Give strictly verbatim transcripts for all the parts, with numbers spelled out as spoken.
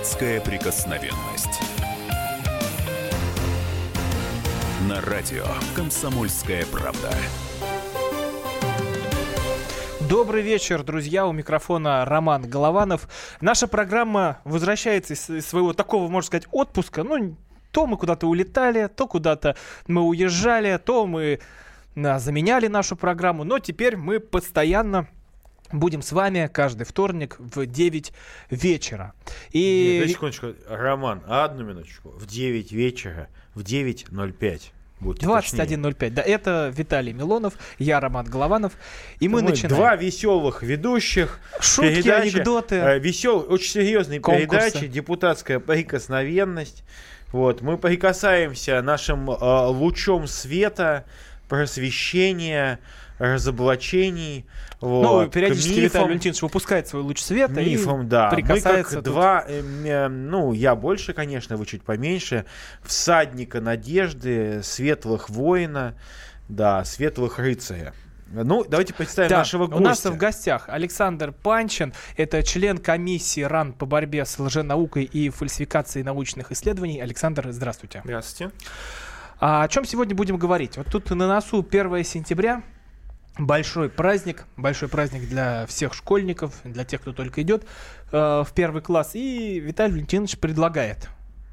Детская прикосновенность. На радио «Комсомольская правда». Добрый вечер, друзья. У микрофона Роман Голованов. Наша программа возвращается из своего такого, можно сказать, отпуска. Ну, то мы куда-то улетали, то куда-то мы уезжали, то мы а, заменяли нашу программу. Но теперь мы постоянно будем с вами каждый вторник в девять вечера. И... Нет, секундочку, Роман, одну минуточку. В девять вечера, в девять ноль пять. двадцать один ноль пять. Да, это Виталий Милонов, я Роман Голованов. И мы, мы начинаем. Два веселых ведущих. Шутки, передачи, анекдоты. Э, весел, очень серьезные конкурсы. Передачи. Депутатская прикосновенность. Вот, мы прикасаемся нашим э, лучом света, просвещения, разоблачений. Вот, ну, периодически Виталий Валентинович выпускает свой луч света мифом, и да. прикасается. Мы как тут. два, э, ну, я больше, конечно, вы чуть поменьше, всадника надежды, светлых воина, да, светлых рыцаря. Ну, давайте представим да, нашего гостя. У нас в гостях Александр Панчин, это член комиссии РАН по борьбе с лженаукой и фальсификацией научных исследований. Александр, здравствуйте. Здравствуйте. А о чем сегодня будем говорить? Вот тут на носу первое сентября. Большой праздник, большой праздник для всех школьников, для тех, кто только идет э, в первый класс. И Виталий Валентинович предлагает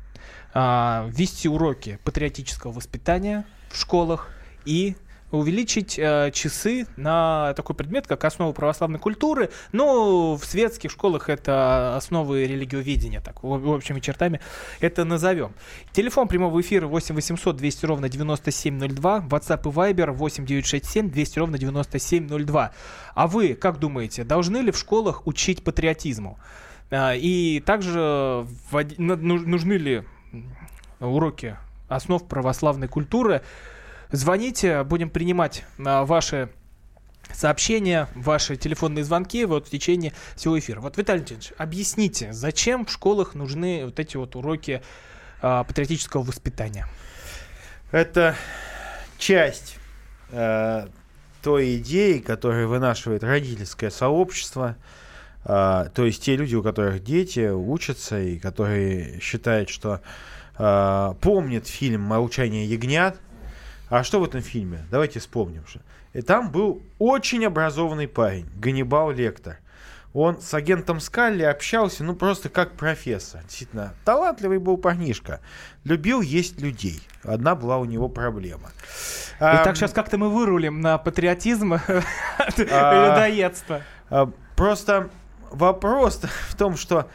э, ввести уроки патриотического воспитания в школах и увеличить э, часы на такой предмет, как основа православной культуры. Но в светских школах это основы религиоведения, так, в, в общими чертами это назовем. Телефон прямого эфира восемь восемьсот двести ровно девяносто семь ноль два, WhatsApp и Viber восемь девятьсот шестьдесят семь двести ровно девяносто семь ноль два. А вы, как думаете, должны ли в школах учить патриотизму? Э, и также ввод... нужны ли уроки основ православной культуры? Звоните, будем принимать а, ваши сообщения, ваши телефонные звонки вот в течение всего эфира. Вот, Виталий Леонидович, объясните, зачем в школах нужны вот эти вот уроки а, патриотического воспитания? Это часть э, той идеи, которую вынашивает родительское сообщество, э, то есть те люди, у которых дети учатся и которые считают, что э, помнят фильм «Молчание ягнят». А что в этом фильме? Давайте вспомним. Что. И там был очень образованный парень, Ганнибал Лектор. Он с агентом Скалли общался, ну, просто как профессор. Действительно, талантливый был парнишка. Любил есть людей. Одна была у него проблема. Итак, а, сейчас как-то мы вырулим на патриотизм от людоедства. Просто вопрос в том, что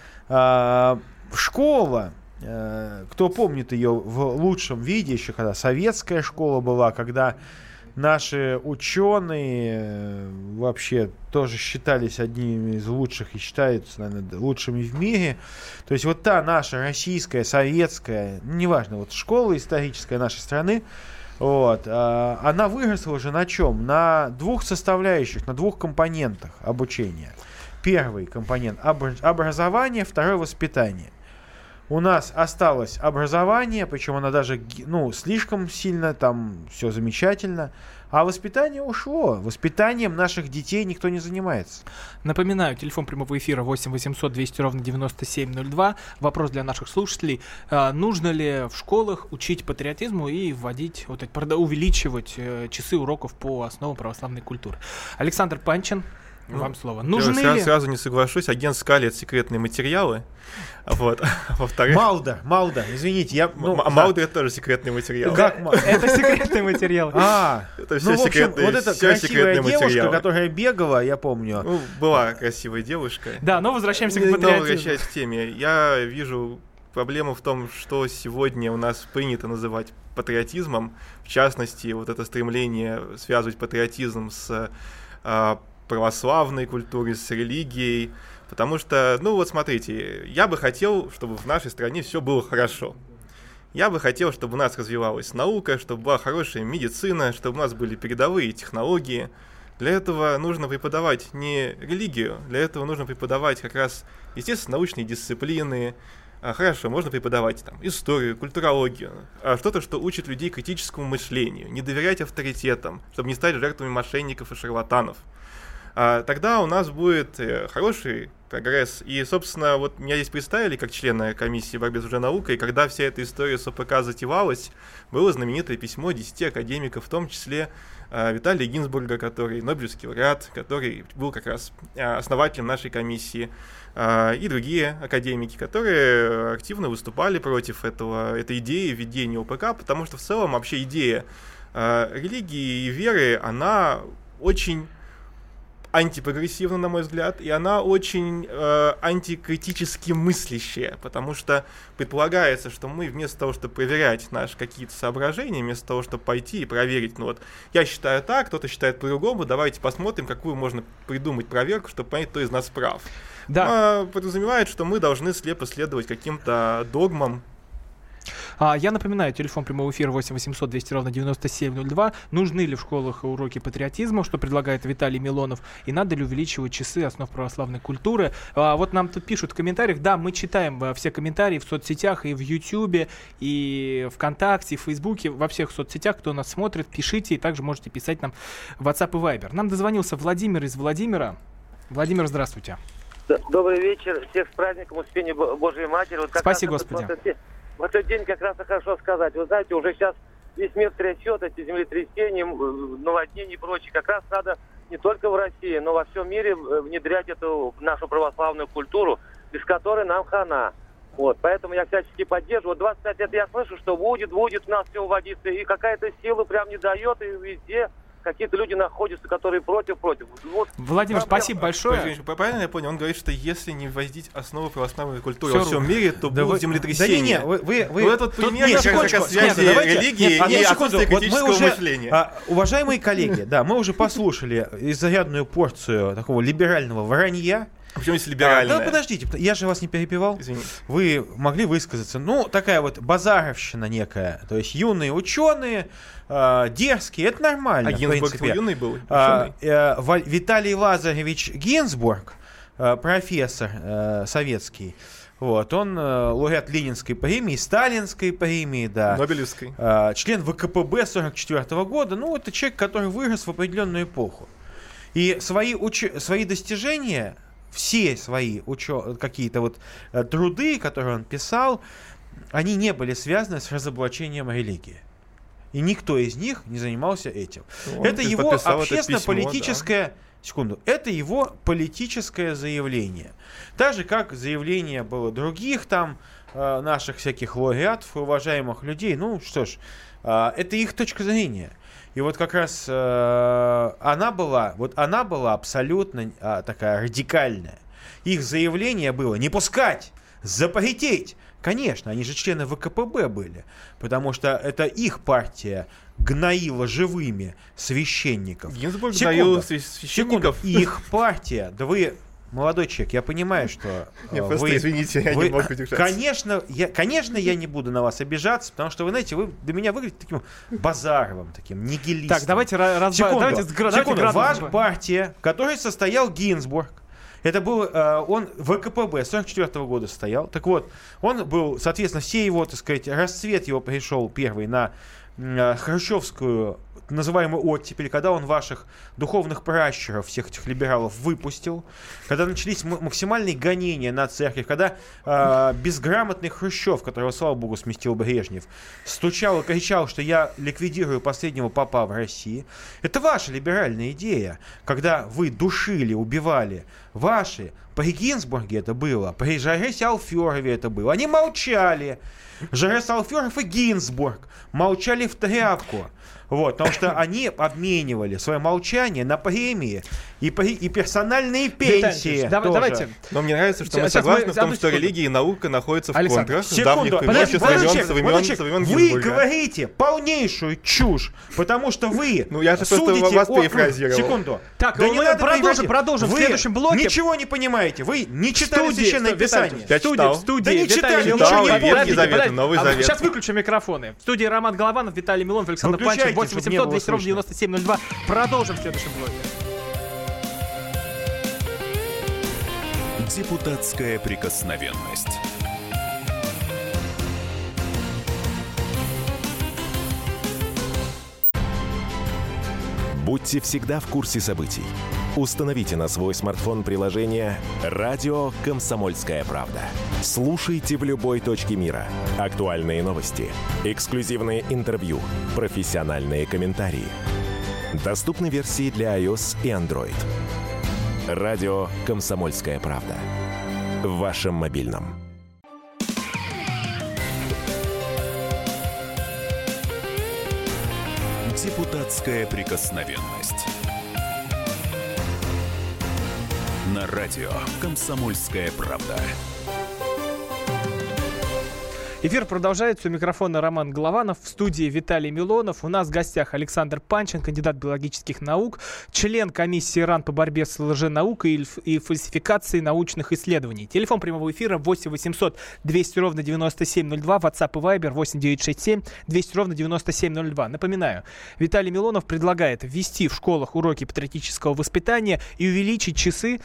школа, кто помнит ее в лучшем виде, еще когда советская школа была, когда наши ученые вообще тоже считались одними из лучших и считаются, наверное, лучшими в мире. То есть вот та наша российская, советская, неважно, вот школа историческая нашей страны, вот, она выросла уже на чем? На двух составляющих, на двух компонентах обучения. Первый компонент – образование, второй – воспитание. У нас осталось образование, причем оно даже, ну, слишком сильно, там все замечательно, а воспитание ушло. Воспитанием наших детей никто не занимается. Напоминаю, телефон прямого эфира восемь восемьсот двести ровно девяносто семь ноль два. Вопрос для наших слушателей. А, нужно ли в школах учить патриотизму и вводить, вот это, увеличивать э, часы уроков по основам православной культуры? Александр Панчин. Вам слово. Нужны сразу, ли... сразу не соглашусь. Агент Скалли — это секретные материалы. Вот. Во-вторых... Малда, Малда, извините. Я, ну, М- Малда — это тоже секретный материал. Как Малда? Это секретный материал. А, это все ну, в общем, секретные, вот эта все красивая девушка, материалы. которая бегала, я помню. Ну, была красивая девушка. Да, но возвращаемся к Но патриотизму. возвращаясь к теме. Я вижу проблему в том, что сегодня у нас принято называть патриотизмом. В частности, вот это стремление связывать патриотизм с а, православной культурой, с религией, потому что, ну вот смотрите, я бы хотел, чтобы в нашей стране все было хорошо. Я бы хотел, чтобы у нас развивалась наука, чтобы была хорошая медицина, чтобы у нас были передовые технологии. Для этого нужно преподавать не религию, для этого нужно преподавать как раз, естественно, научные дисциплины. Хорошо, можно преподавать там историю, культурологию, что-то, что учит людей критическому мышлению, не доверять авторитетам, чтобы не стать жертвами мошенников и шарлатанов. тогда у нас будет хороший прогресс. И, собственно, вот меня здесь представили как члена комиссии борьбы с лженаукой, и когда вся эта история с ОПК затевалась, было знаменитое письмо десяти академиков, в том числе э, Виталия Гинзбурга, который Нобелевский лауреат, который был как раз основателем нашей комиссии, э, и другие академики, которые активно выступали против этого, этой идеи введения ОПК, потому что в целом вообще идея э, религии и веры, она очень антипрогрессивна, на мой взгляд, и она очень э, антикритически мыслящая, потому что предполагается, что мы вместо того, чтобы проверять наши какие-то соображения, вместо того, чтобы пойти и проверить, ну вот, я считаю так, кто-то считает по-другому, давайте посмотрим, какую можно придумать проверку, чтобы понять, кто из нас прав. Да. А, подразумевает, что мы должны слепо следовать каким-то догмам. А, я напоминаю, телефон прямого эфира восемь восемьсот двести ровно девяносто семь ноль два. Нужны ли в школах уроки патриотизма, что предлагает Виталий Милонов, и надо ли увеличивать часы основ православной культуры? А, вот нам тут пишут в комментариях, да, мы читаем а, все комментарии в соцсетях, и в Ютьюбе, и ВКонтакте, и в Фейсбуке, во всех соцсетях, кто нас смотрит, пишите, и также можете писать нам в WhatsApp и Viber. Нам дозвонился Владимир из Владимира. Владимир, здравствуйте. Добрый вечер, всех с праздником Успения Божией Матери. Вот как Спаси раз Господи. Вот, в этот день как раз и хорошо сказать. Вы знаете, уже сейчас весь мир трясет, эти землетрясения, наводнения и прочее. Как раз надо не только в России, но во всем мире внедрять эту нашу православную культуру, без которой нам хана. Вот, поэтому я всячески поддерживаю. двадцать пять лет я слышу, что будет, будет у нас все уводиться, и какая-то сила прям не дает, и везде какие-то люди находятся, которые против-против. Вот. Владимир, Проблема. спасибо большое. Правильно я понял? Он говорит, что если не вводить основы православной культуры Всё во всем мире, то Да будут вы- землетрясения. Да не, не, вы, вы, вы... Ну, этот Тут- пример нет, как раз секундочку, о связи нет, давайте- религии нет, одну и секунду. отсутствие Вот мы критического уже, мышления. а, уважаемые коллеги, да, мы уже послушали изрядную порцию такого либерального вранья. Почему здесь А, либеральное? да подождите, я же вас не перебивал. Извините. Вы могли высказаться. Ну, такая вот базаровщина некая. То есть юные ученые, э, дерзкие, это нормально. А в Гинзбург принципе. твой юный был? А, Ученый? э, Ва- Виталий Лазаревич Гинзбург, э, профессор э, советский, вот, он э, лауреат Ленинской премии, Сталинской премии, да. Нобелевской. Э, член ВКПБ сорок четвёртого года. Ну, это человек, который вырос в определенную эпоху. И свои, уч- свои достижения, все свои учё- какие-то вот э, труды, которые он писал, они не были связаны с разоблачением религии. И никто из них не занимался этим. Он это его подписал это общественно-политическое... письмо, Секунду. Это его политическое заявление. Так же, как заявление было других там э, наших всяких лауреатов, уважаемых людей. Ну, что ж, э, это их точка зрения. И вот как раз э, она была, вот она была абсолютно э, такая радикальная. Их заявление было не пускать, запретить. Конечно, они же члены ВКПБ были, потому что это их партия гноила живыми священников. Гинзбург Секунду, гноил священников. секунду. Их партия, да вы, молодой человек, я понимаю, что э, Не, просто вы, извините, я вы- не могу удержаться. конечно, я, конечно, я не буду на вас обижаться, потому что вы знаете, вы для меня выглядите таким Базаровым, таким нигилистом. Так, давайте ra- разбавим. Секунду, Давайте, с гра- давайте секунду. градус Ваша разбавим. партия, в которой состоял Гинзбург, это был, э, он в ВКПБ сорок четвёртого года стоял. Так вот, он был, соответственно, все его, так сказать, расцвет его пришел первый на э, хрущевскую, называемую оттепель, когда он ваших духовных пращуров, всех этих либералов, выпустил, когда начались м- максимальные гонения на церковь, когда э, безграмотный Хрущев, которого, слава богу, сместил Брежнев, стучал и кричал, что я ликвидирую последнего папа в России. Это ваша либеральная идея, когда вы душили, убивали ваши, при Гинзбурге это было, при Жаресе Алферове это было. Они молчали. Жарес Алферов и Гинзбург молчали в тряпку. Вот, потому что они обменивали свое молчание на премии и, при- и персональные пенсии. Давай- тоже. давайте. Но мне нравится, что Сейчас мы мы- согласны в том, одну что секунду. религия и наука находятся в Александр, контрах с Секунду, давних времен, подожди, со времен, подожди, со времен, подожди. со времен Вы Гинзбурга. говорите полнейшую чушь, потому что вы Ну, я же просто судите вас о- перефразировал. Секунду. Так, Да ну, не мы надо продолжим, переводить. продолжим в Вы следующем блоке. ничего не понимаете. Вы не читали Студии, Священное что- Виталий, Писание. Я в студии, читал. в студии Да не Виталий читали, Милонов. ничего не Подождите, Ветхий подождите, Завет, подождите. Новый А, Завет. Сейчас выключим микрофоны. В студии Роман Голованов, Виталий Милонов, Александр Выключайте, Панчев, восемь чтоб не восемьсот было двести ровно слышно. девяносто семь ноль два. Продолжим в следующем блоке. Депутатская прикосновенность. Будьте всегда в курсе событий. Установите на свой смартфон приложение «Радио Комсомольская правда». Слушайте в любой точке мира. Актуальные новости, эксклюзивные интервью, профессиональные комментарии. Доступны версии для iOS и Android. «Радио Комсомольская правда». В вашем мобильном. Депутатская прикосновенность. На радио «Комсомольская правда». Эфир продолжается. У микрофона Роман Голованов, в студии Виталий Милонов. У нас в гостях Александр Панчин, кандидат биологических наук, член комиссии РАН по борьбе с лженаукой и фальсификацией научных исследований. Телефон прямого эфира восемь восемьсот двести ровно девяносто семь ноль два, WhatsApp и Viber восемь девятьсот шестьдесят семь двести ровно девяносто семь ноль два. Напоминаю, Виталий Милонов предлагает ввести в школах уроки патриотического воспитания и увеличить часы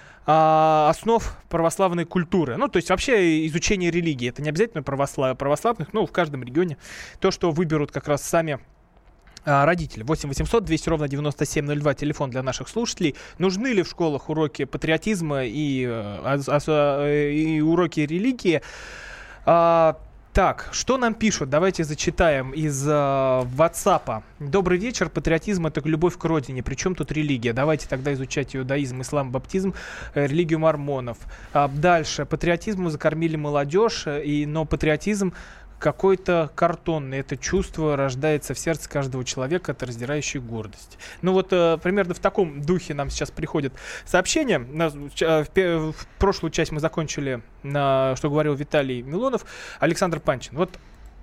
основ православной культуры. Ну, то есть вообще изучение религии. Это не обязательно православ... православных, но в каждом регионе то, что выберут как раз сами а, родители. восемь восемьсот двести ровно девяносто семь ноль два, телефон для наших слушателей. Нужны ли в школах уроки патриотизма и, а, а, и уроки религии? А, Так, что нам пишут? Давайте зачитаем из э, WhatsApp. Добрый вечер. Патриотизм — это любовь к родине. Причем тут религия? Давайте тогда изучать иудаизм, ислам, баптизм, э, религию мормонов. А дальше. Патриотизму закормили молодежь, и, но патриотизм какой-то картонный. Это чувство рождается в сердце каждого человека, это раздирающая гордость. Ну вот э, примерно в таком духе нам сейчас приходит сообщение. На, в, в, в прошлую часть мы закончили, на, что говорил Виталий Милонов. Александр Панчин. Вот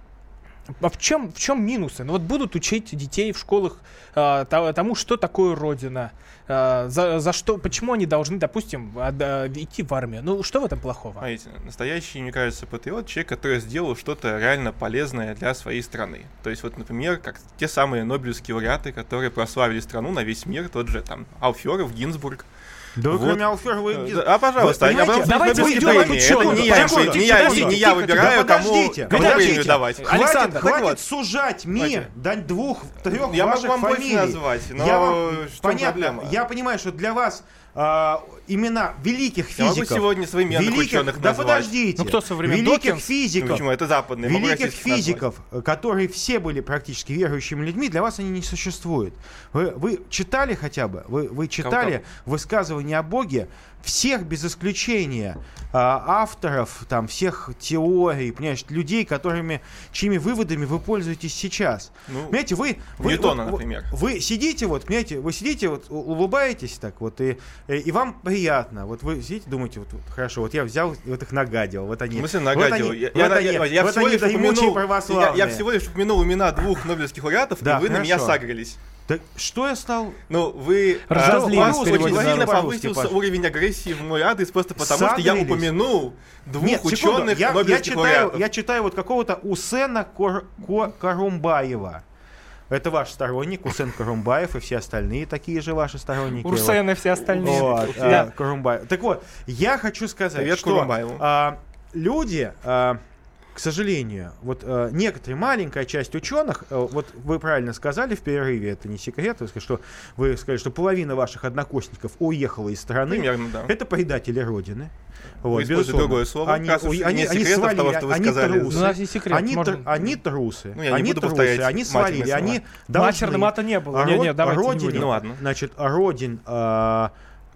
а в чем, в чем минусы? Ну вот будут учить детей в школах э, тому, что такое Родина, э, за, за что, почему они должны, допустим, от, э, идти в армию. Ну что в этом плохого? Смотрите, настоящий, мне кажется, патриот — человек, который сделал что-то реально полезное для своей страны. То есть вот, например, как те самые нобелевские лауреаты, которые прославили страну на весь мир, тот же там Алферов, Гинзбург. Да вы вот. кроме Алферова и Гинзбурга. А, пожалуйста, вы, а потом давайте Нобелевские уйдем от премии. ученых. Это не я, Подождите, не я, подождите, не я выбираю, да кому, подождите, кому подождите. премию давать. Хватит, Александр, хватит вот. сужать мне Давайте. дать двух-трех Я ваших могу вам фамилий. больше назвать, но я вам, что понятно, проблема? Я понимаю, что для вас а, имена великих Я могу физиков, сегодня современных великих, ученых да назвать. подождите, Ну, кто современный? великих Докинс? физиков, Ну, почему? Это западные. Могу великих российских назвать. физиков, которые все были практически верующими людьми, для вас они не существуют. Вы, вы читали хотя бы, вы, вы читали высказывания о Боге всех без исключения а, авторов, там, всех теорий, понимаешь, людей, которыми, чьими выводами вы пользуетесь сейчас. Ну, Понимаете, вы, вы, Ньютона, вот, например. Вы сидите вот, понимаете, вы сидите вот, улыбаетесь так вот, и, и вам приятно. Вот вы сидите, думаете, вот, вот хорошо, вот я взял, вот их нагадил, вот они. В смысле вот нагадил? они, Я, вот я, они, я, я вот всего они лишь дремучие упомянул, я, православные. я всего лишь упомянул имена двух нобелевских лауреатов, Да, и вы на меня хорошо. сагрились. Так что я стал? Ну, вы Разозлились, а, у вас переводите очень на сильно русский, повысился Паша. уровень агрессии в мой адрес просто потому, что я Сагрились. упомянул двух Нет, секунду, ученых я, я, нобелевских читаю, лауреатов. я читаю вот какого-то Усена Кор, Ко- Карумбаева. Это ваш сторонник, Усен Карумбаев, и все остальные такие же ваши сторонники. Урсен и все остальные. Вот, Да. а, Карумбаев. Так вот, я хочу сказать, Привет что Карумбаеву. а, люди, а, к сожалению, вот а, некоторая маленькая часть ученых, а, вот вы правильно сказали в перерыве, это не секрет, вы сказали, что, вы сказали, что половина ваших однокурсников уехала из страны. Примерно, да. Это предатели Родины. Вы Вот, используете безусловно. другое слово. Они, Раз уж уй- нет они, они секретов свалили, того, что вы они сказали. трусы. Ну, у нас есть секрет, Они, можно- тр- они трусы. Ну, я не они буду трусы, повторять они матерные свалили, слова. они Матерным должны мата не было. Род- Не, не, давайте не родине, будем. Ну, ладно. Значит, родин, а,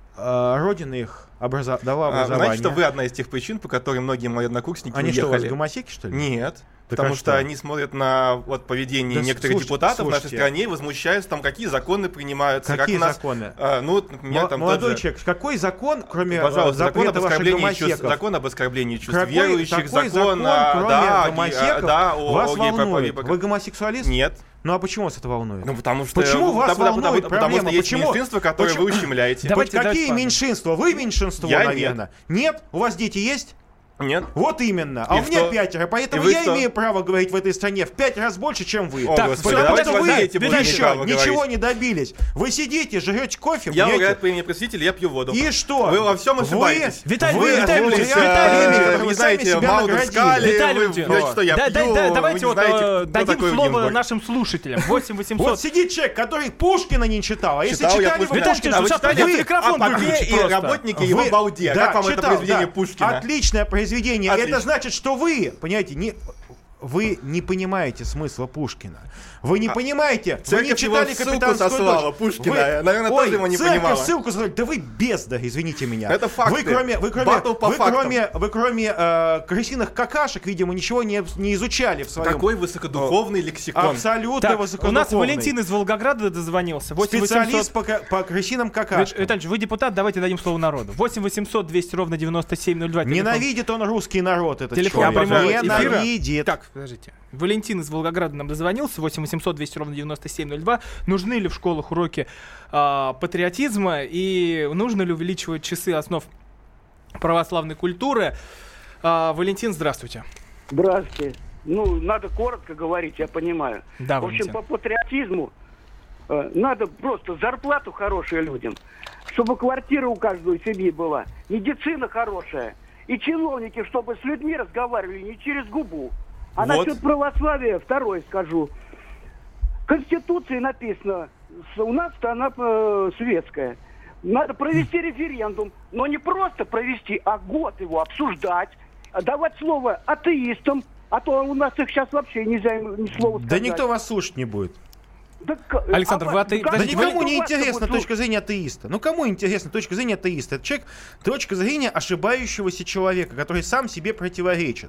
а, родина их образа- дала А, образование. Знаете, что вы одна из тех причин, по которым многие мои однокурсники Они что, у вас уехали? гомосеки, что ли? Нет. Так Потому а что что? они смотрят на вот, поведение Да некоторых слушайте, депутатов в нашей слушайте. стране и возмущаются, там, какие законы принимаются. Какие как у нас, законы? а, ну, вот, например, Мо- там Молодой тот же, человек, какой закон, кроме пожалуйста, э, закон об, запрета ваших оскорблении чувств, гомосеков? закон об оскорблении чувств Какой- верующих, какой закон, закон, а, кроме да, гомосеков, а, да, о, вас о гей- волнует? по- по- Вы гомосексуалист? Нет. Ну а почему вас это волнует? Ну, потому что... Почему вас потому, потому- волнует потому, потому что проблема? есть Почему? меньшинство, которое Почему? вы ущемляете. Давайте, Хоть какие давайте, меньшинства? Вы меньшинство, Я наверное. Нет. У вас дети есть? Нет. Вот именно. А И у меня что? пятеро, поэтому И вы я что? имею право говорить в этой стране в пять раз больше, чем вы. О, Так, Господи, всё, давайте Потому что вы возьмите, будете еще право ничего говорить. не добились. Вы сидите, жрете кофе, Я пьете. угадаю по имени просителя, я пью воду. И что? Вы во всем ошибаетесь. Виталий, Вы Виталий, отвернулись Виталий, от Виталий, времени, Вы которое не вы сами знаете себя Маудер наградили. Скали, Виталий вы Владимирович, знаете, что я да, пью, да, да, вы давайте не вот знаете, э, кто дадим такой слово Гинзбург. нашим слушателям. восемь восемьсот. Вот сидит человек, который Пушкина не читал. А если Читал я читали вы Пушкина. Пушкина, А вы читали- читали? вы- микрофон а Попе выключи и просто. работники его балде. да, Как вам это читал, произведение да. Пушкина? Отличное произведение. Отлично. Это значит, что вы, понимаете, не... Вы не понимаете смысла Пушкина. Вы не понимаете. Вы не Церковь его читали в ссылку «Капитанскую сослала, дочь». Пушкина. Вы- Наверное, Ой, тоже его не церковь понимала. ссылку сослала. Да вы безда, извините меня. Это факты. Вы кроме, вы кроме, Батл по вы фактам. кроме, вы кроме э, крысиных какашек, видимо, ничего не, не изучали в своем... Какой высокодуховный лексикон. Абсолютно Так, у высокодуховный. нас Валентин из Волгограда дозвонился. восемь Специалист восемьсот. по, ка- по крысиным какашкам. Виталий, вы депутат, давайте дадим слово народу. восемь восемьсот двести ровно девяносто семь ноль два. Ненавидит он русский народ, этот Телефон человек. прямого эфира. Ненавидит. Так, подождите. Валентин из Волгограда нам дозвонился. восемь восемьсот двести ровно девяносто семь ноль два. Нужны ли в школах уроки а, патриотизма и нужно ли увеличивать часы основ православной культуры? А, Валентин, здравствуйте. Здравствуйте. Ну, надо коротко говорить, я понимаю. Да, В общем, Валентин. по патриотизму э, надо просто зарплату хорошую людям, чтобы квартира у каждой семьи была, медицина хорошая, и чиновники, чтобы с людьми разговаривали не через губу. А Вот. насчет православия второе скажу. В Конституции написано, с- у нас страна э, светская. Надо провести референдум, но не просто провести, а год его обсуждать, а давать слово атеистам, а то у нас их сейчас вообще нельзя им ни слова Да сказать. никто вас слушать не будет. Да к- Александр, а вы вас- ате- как- Да Подождите, никому кто не вас-то интересна будет точка зрения атеиста. Ну кому интересна точка зрения атеиста? Это человек, точка зрения ошибающегося человека, который сам себе противоречит.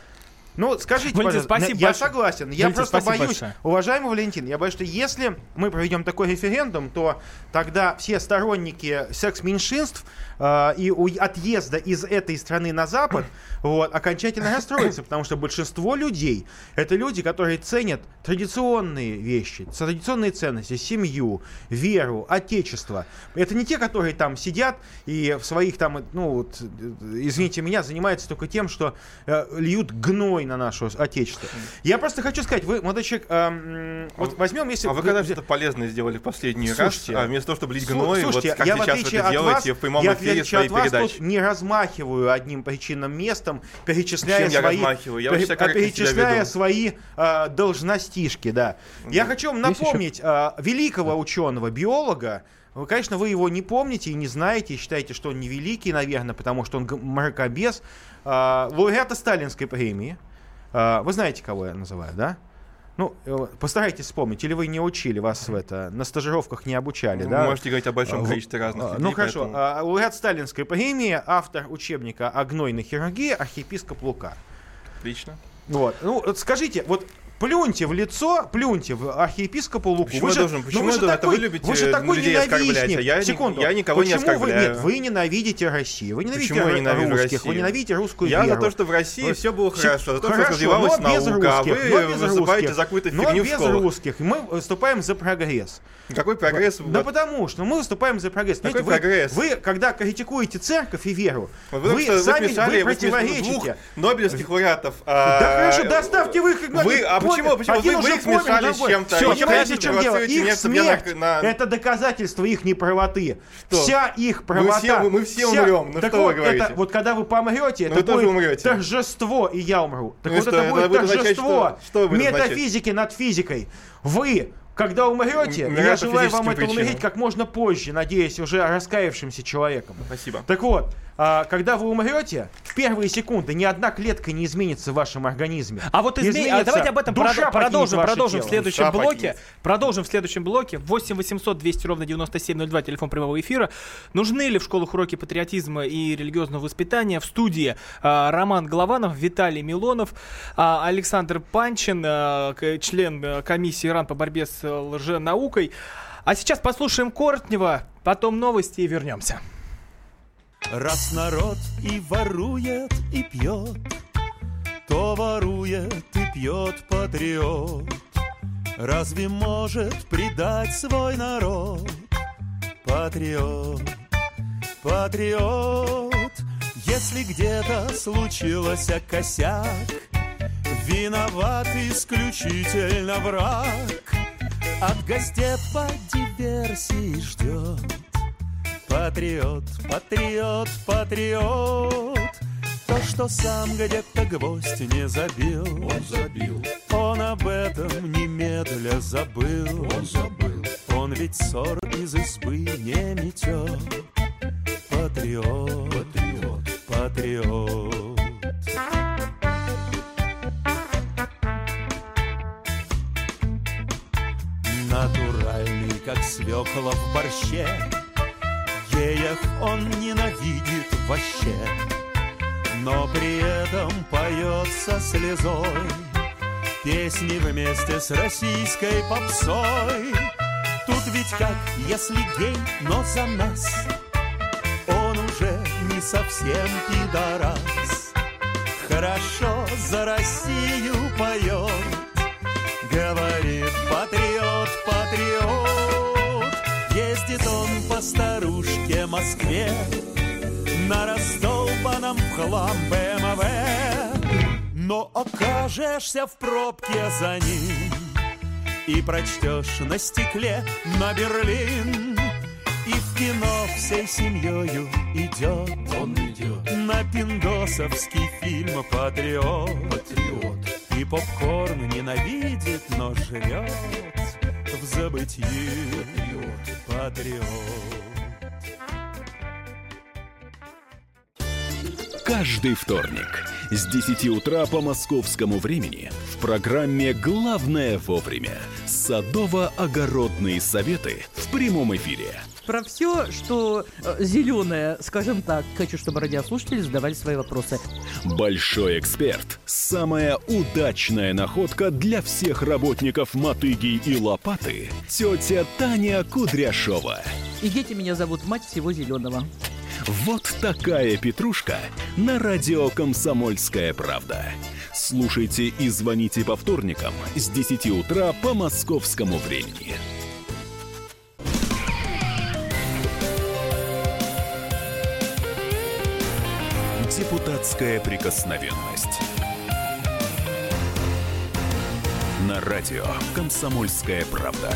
Ну, скажите, Валентин, пожалуйста, спасибо я большое. согласен. Я Валентин, просто спасибо боюсь, большое. уважаемый Валентин, я боюсь, что если мы проведем такой референдум, то тогда все сторонники секс-меньшинств э, и у- отъезда из этой страны на Запад вот, окончательно расстроятся, потому что большинство людей — это люди, которые ценят традиционные вещи, традиционные ценности, семью, веру, отечество. Это не те, которые там сидят и в своих там, ну, вот, э, извините меня, занимаются только тем, что э, льют гной на наше отечество. Я просто хочу сказать, вы, молодой человек, эм, вот возьмем, если... А вы когда что-то полезное сделали в последний Слушайте, раз, а вместо того, чтобы лить Слу- гной, вот Слушайте, как я в сейчас вы отличие это от делаете вас, в прямом я в эфире отличие своей от вас передачи. тут не размахиваю одним причинным местом, перечисляя Чем я свои, размахиваю? Я пере- вообще себя корректно себя перечисляя веду. свои э, должностишки, да. Я хочу вам напомнить э, великого ученого, биолога. Вы, конечно, вы его не помните и не знаете, и считаете, что он не великий, наверное, потому что он г- мракобес. Э, лауреата Сталинской премии. Э, вы знаете, кого я называю, да? Ну, э, постарайтесь вспомнить, или вы не учили, вас в это, на стажировках не обучали, Вы да? можете говорить о большом А, количестве разных а, людей. Ну хорошо, поэтому- а, лауреат Сталинской премии, автор учебника о гнойной хирургии, архиепископ Лука. Отлично. Вот. Ну, вот скажите, вот плюньте в лицо, плюньте в архиепископу Луку. Почему Вы я же- должен- ну, почему вы я же должен? Это такой- вы любите вы же такой людей оскорблять, а ненавистник. я ни- Секунду. я никого не Почему вы- оскорбляю. Нет, вы ненавидите Россию, вы ненавидите Почему я ру- ненавижу русских, Россию? вы ненавидите русскую Я веру. за то, что в России Вот. все было Все- хорошо, за то, что хорошо, развивалась но без наука, а русских, вы но без выступаете русских, за какую-то но фигню в без школах. русских. Мы выступаем за прогресс. Какой прогресс? Да Вот. потому что мы выступаем за прогресс. Какой Знаете, вы- прогресс? Вы, когда критикуете церковь и веру, Вы, вы, только что сами смешали- вы вы смешали двух противоречите. нобелевских лауреатов. Да хорошо, доставьте вы их. Вы, а почему, почему Один вы, уже вы их помер, смешали с другой. чем-то? Всё, И понимаете, хотите в чем дело? провоцируете меня, Их чтобы я смерть на- на- — это доказательство их неправоты. Что? Вся их правота. все- мы все вся- умрем. Ну так что вы вот, говорите? это, вот когда вы помрете, Ну это вы тоже будет умрете. торжество, и я умру. Так Ну и вот что, это это будет будет означать, торжество что? Что будет означать? метафизики над физикой. Вы, когда умрете, М- я умирают по желаю вам физическим это причинам. умереть как можно позже, надеюсь, уже раскаявшимся человеком. Спасибо. Так вот, а, когда вы умрете, в первые секунды ни одна клетка не изменится в вашем организме. А вот изме... а Изменится давайте об этом душа, продо- покинет продолжим, ваше продолжим в тело. следующем Душа блоке. покинет. Продолжим в следующем блоке. восемь восемьсот двести ровно девяносто семь ноль два, телефон прямого эфира. Нужны ли в школах уроки патриотизма и религиозного воспитания? В студии а, Роман Голованов, Виталий Милонов, а, Александр Панчин, а, к- член а, комиссии РАН по борьбе с а, лженаукой. А сейчас послушаем Кортнева, потом новости и вернемся. Раз народ и ворует, и пьет, то ворует и пьет патриот. Разве может предать свой народ патриот? Патриот, Если где-то случилось косяк, виноват исключительно враг. От гостей по диверсии ждет патриот, патриот, патриот. То, что сам где-то гвоздь не забил, он забил. Он об этом немедля забыл, он забыл. Он ведь ссор из избы не метет. Патриот, патриот, патриот. Натуральный, как свекла в борще, геев он ненавидит вообще, но при этом поет со слезой песни вместе с российской попсой. Тут ведь как, если гей, но за нас, он уже не совсем пидорас. Хорошо за Россию поет, говорит патриот, патриот. Ездит он по старушке Москве на раздолбанном в хлам бэ эм вэ. Но окажешься в пробке за ним и прочтешь на стекле на Берлин. И в кино всей семьёю идет, он идет на пиндосовский фильм «Патриот». Патриот. И попкорн ненавидит, но жрет в забытье. Патриот. Каждый вторник с десяти утра по московскому времени в программе «Главное вовремя» садово-огородные советы в прямом эфире. Про все, что э, зеленое, скажем так, хочу, чтобы радиослушатели задавали свои вопросы. Большой эксперт. Самая удачная находка для всех работников мотыги и лопаты. Тетя Таня Кудряшова. И дети меня зовут мать всего зеленого. Вот такая петрушка на радио «Комсомольская правда». Слушайте и звоните по вторникам с десяти утра по московскому времени. Депутатская прикосновенность. На радио «Комсомольская правда».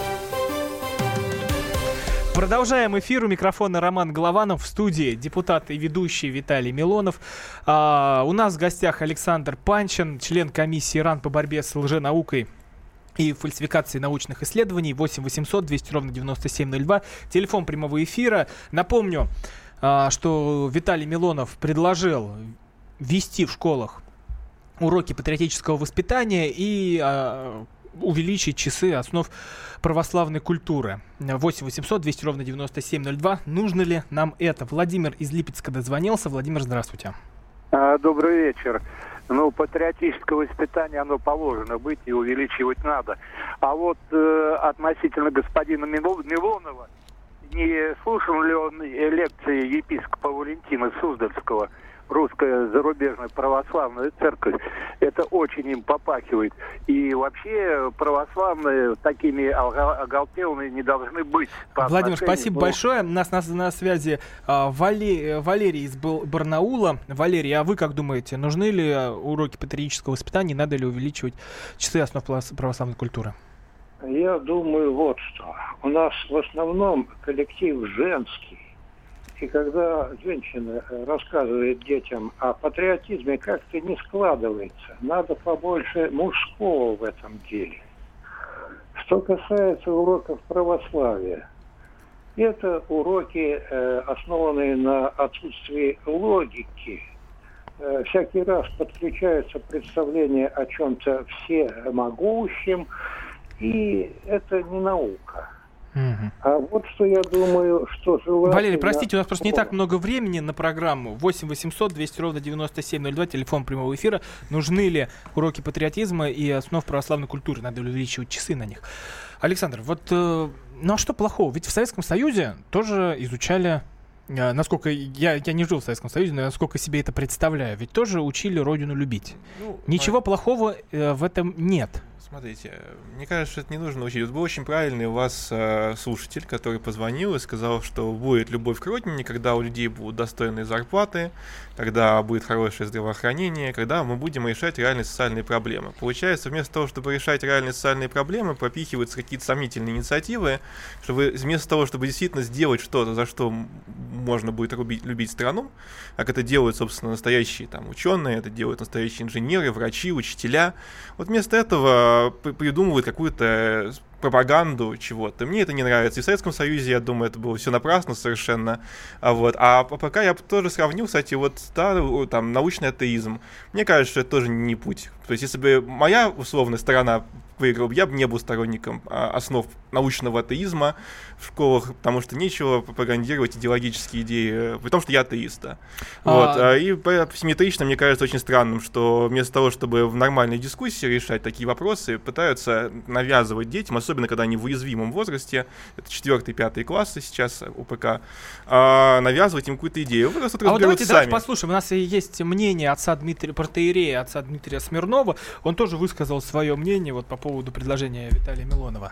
Продолжаем эфир. У микрофона Роман Голованов, в студии депутат и ведущий Виталий Милонов. А, у нас в гостях Александр Панчин, член комиссии РАН по борьбе с лженаукой и фальсификацией научных исследований. восемь восемьсот двести ровно девяносто семь ноль два. Телефон прямого эфира. Напомню, а, что Виталий Милонов предложил ввести в школах уроки патриотического воспитания и а, увеличить часы основ православной культуры. восемь восемьсот двести ровно девяносто семь ноль два. Нужно ли нам это? Владимир из Липецка дозвонился. Владимир, здравствуйте. Добрый вечер. Ну, патриотическое воспитание, оно положено быть и увеличивать надо. А вот э, относительно господина Милонова, не слушал ли он лекции епископа Валентина Суздальского, русская зарубежная православная церковь? Это очень им попахивает. И вообще православные такими оголтелыми не должны быть. Владимир, спасибо ну... большое. У нас на, на связи а, Вале, Валерий из Барнаула. Валерий, а вы как думаете, нужны ли уроки патриотического воспитания, надо ли увеличивать часы основ православной культуры? Я думаю вот что. У нас в основном коллектив женский. И когда женщина рассказывает детям о патриотизме, как-то не складывается. Надо побольше мужского в этом деле. Что касается уроков православия, это уроки, э, основанные на отсутствии логики. Э, всякий раз подключаются представления о чем-то всемогущем, и это не наука. Угу. А вот что я думаю, что желательно... Валерий, простите, у нас просто не так много времени на программу. восемь восемьсот двести ровно девяносто семь ноль два, телефон прямого эфира. Нужны ли уроки патриотизма и основ православной культуры? Надо ли увеличивать часы на них? Александр, вот, э, ну а что плохого? Ведь в Советском Союзе тоже изучали насколько я, я не жил в Советском Союзе, но насколько себе это представляю, ведь тоже учили родину любить. Ну, Ничего а... плохого э, в этом нет. Смотрите, мне кажется, что это не нужно учить. Вот был очень правильный у вас э, слушатель, который позвонил и сказал, что будет любовь к родине, когда у людей будут достойные зарплаты, когда будет хорошее здравоохранение, когда мы будем решать реальные социальные проблемы. Получается, вместо того, чтобы решать реальные социальные проблемы, пропихиваются какие-то сомнительные инициативы, чтобы вместо того, чтобы действительно сделать что-то, за что можно будет любить, любить страну, как это делают, собственно, настоящие там ученые, это делают настоящие инженеры, врачи, учителя. Вот вместо этого придумывают какую-то пропаганду чего-то. Мне это не нравится. И в Советском Союзе, я думаю, это было все напрасно совершенно. А, вот. а пока я тоже сравнил, кстати, вот да, там, научный атеизм. Мне кажется, что это тоже не путь. То есть, если бы моя условная сторона выиграла, я бы не был сторонником а, основ научного атеизма в школах, потому что нечего пропагандировать идеологические идеи, при том, что я атеист. Да. А... Вот. А, и симметрично, мне кажется, очень странным, что вместо того, чтобы в нормальной дискуссии решать такие вопросы, пытаются навязывать детям, особенно когда они в уязвимом возрасте, это четвертый, пятый классы сейчас у ПК, а, навязывать им какую-то идею. Вы а вот давайте, давайте послушаем. У нас есть мнение отца Дмитрия, протоиерея, отца Дмитрия Смирнова. Он тоже высказал свое мнение вот по поводу предложения Виталия Милонова.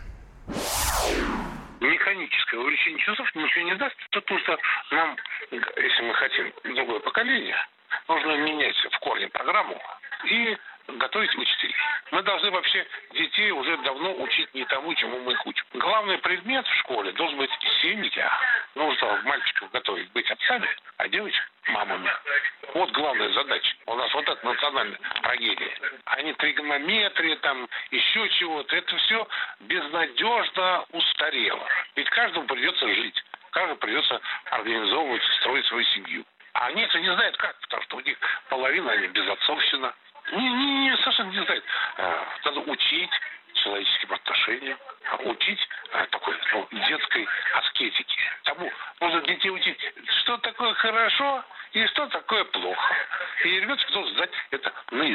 Механическое увеличение часов ничего не даст, потому что нам, если мы хотим другое поколение, нужно менять в корне программу и готовить учителей. Мы должны вообще детей уже давно учить не тому, чему мы их учим. Главный предмет в школе должен быть семья. Нужно мальчиков готовить быть отцами, а девочек мамами. Вот главная задача. У нас вот это национальная трагедия. А не тригонометрия, там, еще чего-то. Это все безнадежно устарело. Ведь каждому придется жить. Каждому придется организовывать, строить свою семью. А они это не знают как, потому что у них половина они безотцовщина. Не, не, не, совершенно не знают. Надо учить человеческим отношениям, учить такой ну, детской аскетике. Тому нужно детей учить, что такое хорошо и что такое плохо. И ребенок должен знать это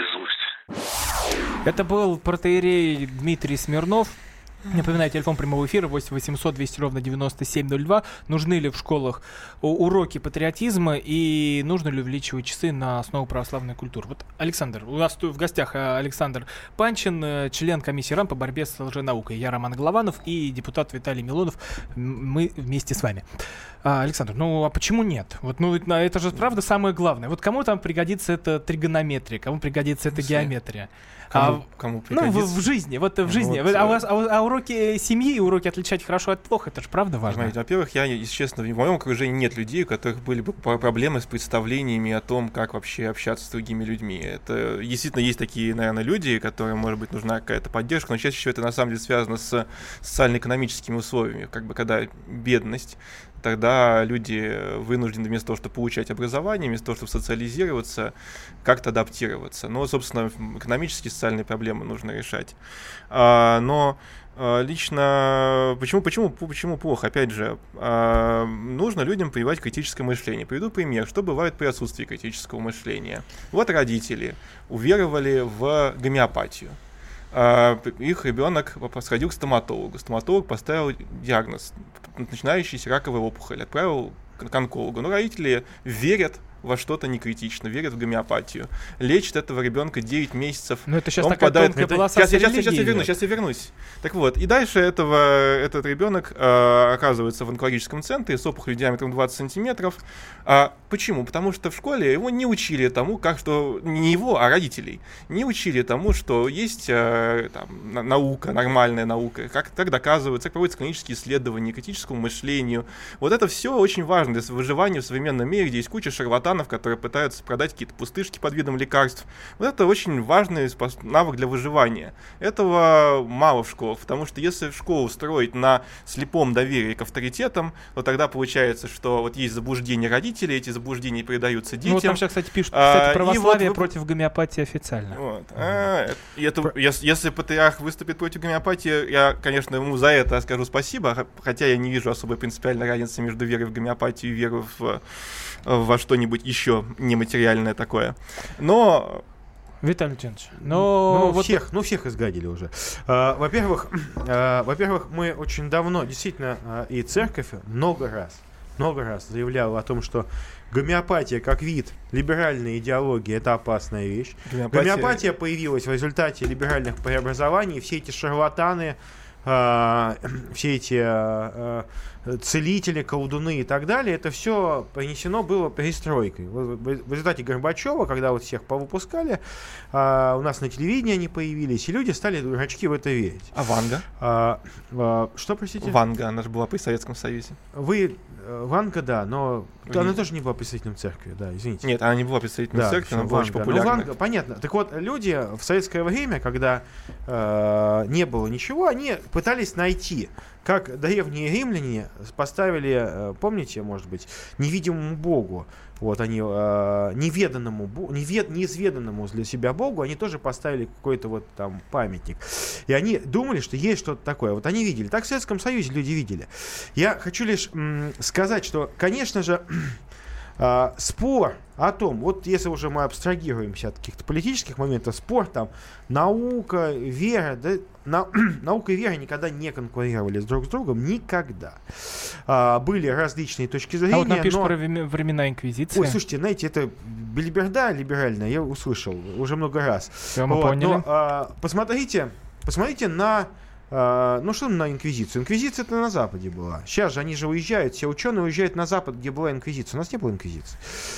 наизусть. Это был протоиерей Дмитрий Смирнов. Напоминаю, телефон прямого эфира восемь восемьсот двести ровно девяносто семь ноль два. Нужны ли в школах уроки патриотизма и нужно ли увеличивать часы на основу православной культуры? Вот, Александр, у нас в гостях Александр Панчин, член комиссии РАН по борьбе с лженаукой. Я Роман Голованов и депутат Виталий Милонов. Мы вместе с вами. А, Александр, ну а почему нет? Вот, ну это же правда самое главное. Вот кому там пригодится эта тригонометрия, кому пригодится эта геометрия? Кому, а, кому пригодится? Ну, в, в жизни, вот в жизни. Вот, а, у вас, а, а уроки семьи и уроки отличать хорошо от плохо, это же правда важно. Понимаете, во-первых, я, если честно, в моем окружении нет людей, у которых были бы проблемы с представлениями о том, как вообще общаться с другими людьми. Это действительно есть такие, наверное, люди, которым, может быть, нужна какая-то поддержка, но чаще всего это на самом деле связано с социально-экономическими условиями, как бы когда бедность. Тогда люди вынуждены вместо того, чтобы получать образование, вместо того, чтобы социализироваться, как-то адаптироваться. Но, собственно, экономические и социальные проблемы нужно решать. А, но а, лично... Почему, почему, почему плохо? Опять же, а, нужно людям прививать критическое мышление. Приведу пример, что бывает при отсутствии критического мышления. Вот родители уверовали в гомеопатию. Их ребенок сходил к стоматологу. Стоматолог поставил диагноз: начинающаяся раковая опухоль, отправил к онкологу. Но родители верят во что-то некритично, верят в гомеопатию, лечат этого ребенка девять месяцев. Ну это сейчас такая тонкая это... полоса сейчас, сейчас, сейчас я вернусь, сейчас я вернусь. Так вот, и дальше этого, этот ребенок э, оказывается в онкологическом центре с опухолью диаметром двадцать сантиметров. А почему? Потому что в школе его не учили тому, как что... Не его, а родителей. Не учили тому, что есть э, там, наука, нормальная наука, как, как доказывается, как проводятся клинические исследования, критическому мышлению. Вот это все очень важно для выживания в современном мире, где есть куча шарлатанов, которые пытаются продать какие-то пустышки под видом лекарств. Вот это очень важный навык для выживания. Этого мало в школах, потому что если школу строить на слепом доверии к авторитетам, то тогда получается, что вот есть заблуждения родителей, эти заблуждения передаются детям. Ну вот там сейчас, кстати, пишут, кстати, православие вот, против гомеопатии официально. Вот. А, и это, Про... если, если патриарх выступит против гомеопатии, я, конечно, ему за это скажу спасибо, хотя я не вижу особой принципиальной разницы между верой в гомеопатию и верой в, во что-нибудь еще нематериальное такое. Но... Виталий Леонидович, но... Ну, вот всех, ну, всех изгадили уже. А, во-первых, а, во-первых, мы очень давно, действительно, а, и церковь много раз много раз заявлял о том, что гомеопатия как вид либеральной идеологии — это опасная вещь. Гомеопатия... Гомеопатия появилась в результате либеральных преобразований. Все эти шарлатаны, э, все эти э, целители, колдуны и так далее, это все принесено было перестройкой. В результате Горбачева, когда вот всех повыпускали, э, у нас на телевидении они появились, и люди стали, дурачки, в это верить. А Ванга? А, а, что, простите? Ванга, она же была при Советском Союзе. Вы, Ванга, да, но Вы... она тоже не была представителем церкви, да, извините. Нет, она не была представителем да, церкви, она была очень популярна. Ну, Ванга, понятно. Так вот, люди в советское время, когда э, не было ничего, они пытались найти, как древние римляне поставили, помните, может быть, невидимому богу, вот они э, неведанному, невед, неизведанному для себя богу, они тоже поставили какой-то вот там памятник. И они думали, что есть что-то такое. Вот они видели. Так в Советском Союзе люди видели. Я хочу лишь м, сказать, что, конечно же, э, спор о том, вот если уже мы абстрагируемся от каких-то политических моментов, спор там, наука, вера, да, на, наука и вера никогда не конкурировали друг с другом, никогда. А, были различные точки зрения. А вот напишешь но... про времена Инквизиции. Ой, слушайте, знаете, это белиберда либеральная, я услышал уже много раз. Все, мы вот, поняли. Но, а, посмотрите, посмотрите на... Ну что на Инквизицию? Инквизиция это на Западе была. Сейчас же они же уезжают, все ученые уезжают на Запад, где была Инквизиция. У нас не было Инквизиции.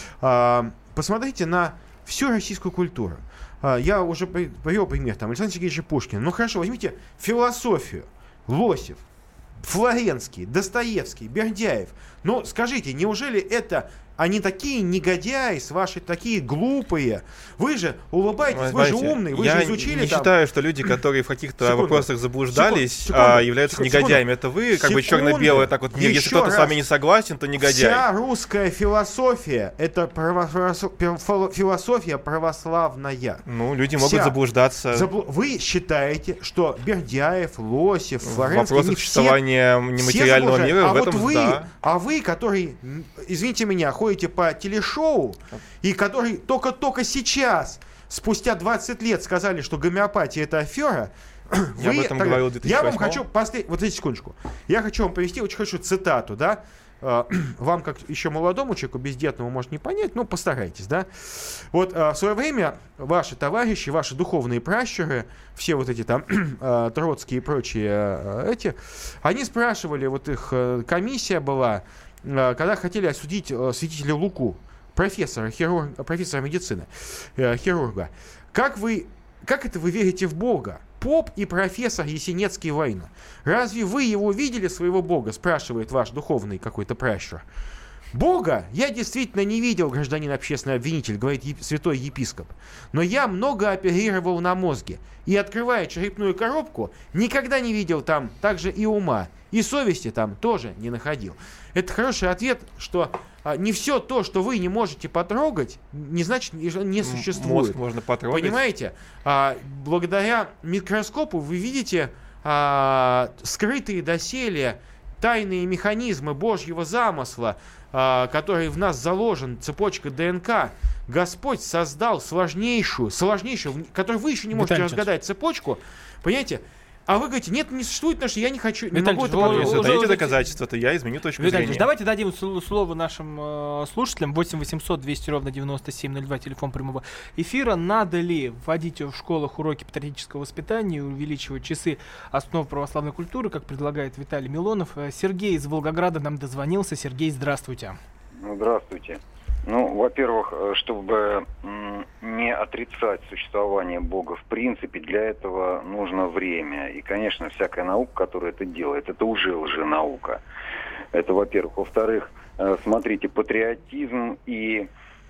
Посмотрите на всю российскую культуру. Я уже привел пример, там, Александр Сергеевич Пушкин. Ну хорошо, возьмите философию. Лосев, Флоренский, Достоевский, Бердяев. Ну скажите, неужели это... Они такие негодяи, с вашей такие глупые. Вы же улыбаетесь, вы Знаете, же умные, вы я же изучили. не там... считаю, что люди, которые в каких-то секунду, вопросах заблуждались, секунду, а, являются секунду, негодяями. Это вы, как секунду, бы черно-белое, так вот, если кто-то с вами не согласен, то негодяй. Вся русская философия — это право... философия православная. Ну, люди могут Вся... заблуждаться. Заблу... Вы считаете, что Бердяев, Лосев, Флоренский... Вопросы существования все... нематериального все мира а в этом, вот вы, да. А вы, который, извините меня, ходите по телешоу, шоу, и который только-только сейчас, спустя двадцать лет, сказали, что гомеопатия — это афера. Я вы, об этом так, говорил в две тысячи восьмом. Я вам хочу послед... вот эти секундочку. Я хочу вам привести очень хорошую цитату, да. Вам, как еще молодому человеку, бездетному, может не понять, но постарайтесь, да. Вот в свое время ваши товарищи, ваши духовные пращуры, все вот эти там Троцкие и прочие эти, они спрашивали, вот их комиссия была, когда хотели осудить святителя Луку, профессора, хирург, профессора медицины, э, хирурга. Как вы, как это вы верите в Бога? Поп и профессор Есенинский войну. Разве вы его видели, своего Бога? Спрашивает ваш духовный какой-то пращур. Бога я действительно не видел, гражданин общественный обвинитель, говорит еп- святой епископ. Но я много оперировал на мозге. И, открывая черепную коробку, никогда не видел там также и ума. И совести там тоже не находил. Это хороший ответ, что а, не все то, что вы не можете потрогать, не значит, не существует. Мозг можно потрогать. Понимаете? А, благодаря микроскопу вы видите а, скрытые доселе тайные механизмы Божьего замысла, а, который в нас заложен, цепочка ДНК. Господь создал сложнейшую, сложнейшую, которую вы еще не можете Виталий разгадать, цепочку. Понимаете? А вы говорите, нет, не существует, потому что я не хочу, не Виталий, могу это вы- Если уже- даете доказательства, то я изменю точку Виталий, зрения. давайте дадим сл- слово нашим э, слушателям. восемь восемьсот двести ровно девяносто семь ноль два, телефон прямого эфира. Надо ли вводить в школах уроки патриотического воспитания и увеличивать часы основ православной культуры, как предлагает Виталий Милонов? Э, Сергей из Волгограда нам дозвонился. Сергей, здравствуйте. Здравствуйте. Ну, во-первых, чтобы м, не отрицать существование Бога в принципе, для этого нужно время. И, конечно, всякая наука, которая это делает, это уже лженаука. Это, во-первых. Во-вторых, э, смотрите, патриотизм и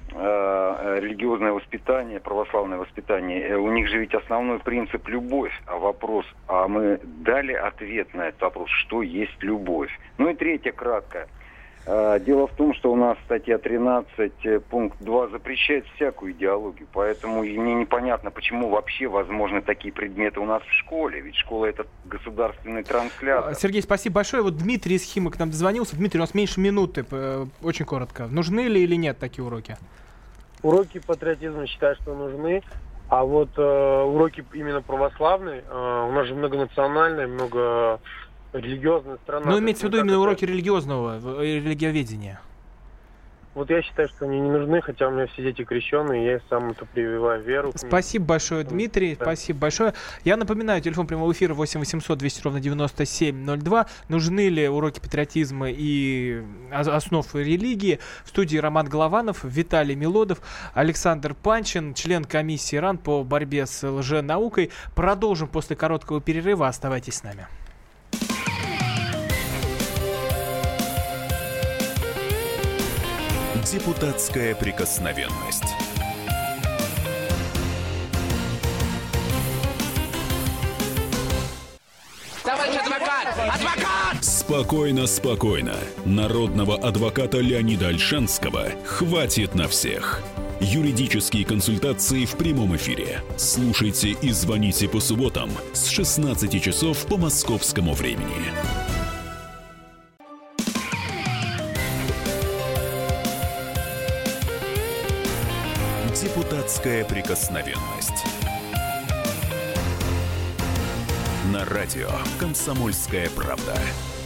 э, религиозное воспитание, православное воспитание, э, у них же ведь основной принцип любовь. А вопрос, а мы дали ответ на этот вопрос, что есть любовь? Ну и третье, кратко. Дело в том, что у нас статья тринадцать, пункт два запрещает всякую идеологию, поэтому мне непонятно, почему вообще возможны такие предметы у нас в школе, ведь школа — это государственный транслятор. Сергей, спасибо большое. Вот Дмитрий из Химы к нам дозвонился. Дмитрий, у нас меньше минуты, э, очень коротко. Нужны ли или нет такие уроки? Уроки патриотизма считаю, что нужны, а вот э, уроки именно православные, э, у нас же многонациональные, много религиозная страна. Ну, имеется в виду именно уроки религиозного, религиоведения. Вот я считаю, что они не нужны, хотя у меня все дети крещеные, я сам это прививаю веру. Спасибо большое, Дмитрий, да. Спасибо большое. Я напоминаю, телефон прямого эфира восемь восемьсот двести ровно девяносто семь ноль два. Нужны ли уроки патриотизма и основ религии? В студии Роман Голованов, Виталий Милодов, Александр Панчин, член комиссии РАН по борьбе с лженаукой. Продолжим после короткого перерыва. Оставайтесь с нами. Депутатская прикосновенность. Товарищ адвокат! Адвокат! Спокойно, спокойно. Народного адвоката Леонида Ольшанского хватит на всех. Юридические консультации в прямом эфире. Слушайте и звоните по субботам с шестнадцати часов по московскому времени. Депутатская прикосновенность. На радио «Комсомольская правда».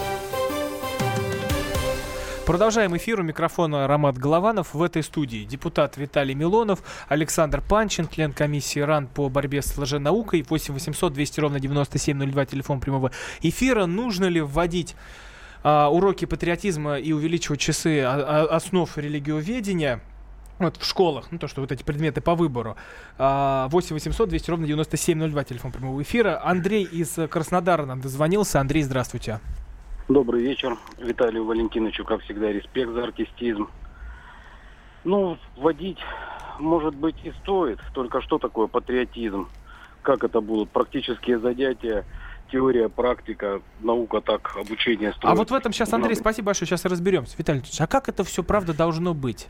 Продолжаем эфир. У микрофона Роман Голованов. В этой студии депутат Виталий Милонов, Александр Панчин, член комиссии РАН по борьбе с лженаукой. восемь восемьсот двести ровно девяносто семь ноль два, телефон прямого эфира. Нужно ли вводить а, уроки патриотизма и увеличивать часы а, а, основ религиоведения вот в школах, ну то, что вот эти предметы по выбору? восемь восемьсот двести ровно девяносто семь ноль два, телефон прямого эфира. Андрей из Краснодара нам дозвонился. Андрей, здравствуйте. Добрый вечер. Виталию Валентиновичу, как всегда, респект за артистизм. Ну, вводить, может быть, и стоит. Только что такое патриотизм? Как это будут? Практические занятия, теория, практика, наука так, обучение строит. А вот в этом сейчас, Андрей, спасибо большое, сейчас и разберемся. Виталий Ильич, а как это все правда должно быть?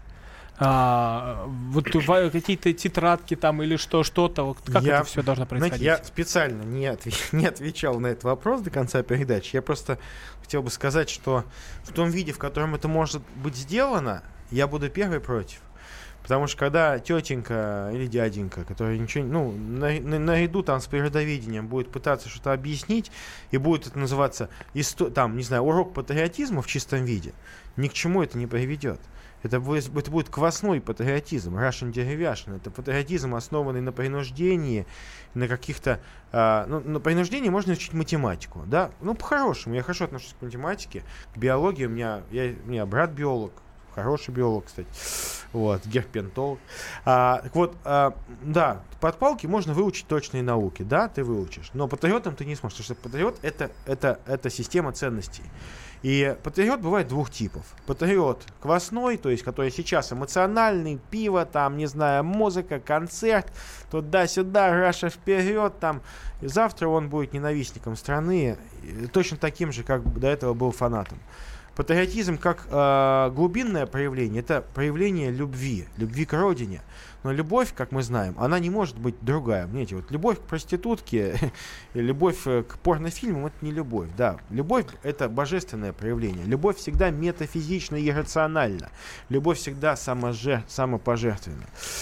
А, вот какие-то тетрадки там или что, что-то, вот как я, это все должно происходить? Знаете, я специально не, отв... не отвечал на этот вопрос до конца передачи. Я просто хотел бы сказать, что в том виде, в котором это может быть сделано, я буду первый против. Потому что когда тетенька или дяденька, который ничего, ну, на, на, наряду там с природоведением будет пытаться что-то объяснить, и будет это называться, исто... там, не знаю, урок патриотизма в чистом виде, ни к чему это не приведет. Это будет, это будет квасной патриотизм, Russian Derivation. Это патриотизм, основанный на принуждении, на каких-то... А, ну, на принуждении можно учить математику, да? Ну, по-хорошему. Я хорошо отношусь к математике, к биологии. У меня, я, у меня брат биолог, хороший биолог, кстати. Вот, герпентолог. А, так вот, а, да, под палки можно выучить точные науки. Да, ты выучишь. Но патриотом ты не сможешь, потому что патриот это, это, это система ценностей. И патриот бывает двух типов. Патриот квасной, то есть который сейчас эмоциональный, пиво, там, не знаю, музыка, концерт, туда-сюда, Раша вперед, там. И завтра он будет ненавистником страны, точно таким же, как до этого был фанатом. Патриотизм как э, глубинное проявление, это проявление любви, любви к родине. Но любовь, как мы знаем, она не может быть другая. Понимаете, вот любовь к проститутке и любовь к порнофильмам — это не любовь. Да, любовь — это божественное проявление. Любовь всегда метафизична и иррациональна. Любовь всегда саможер... самопожертвенна.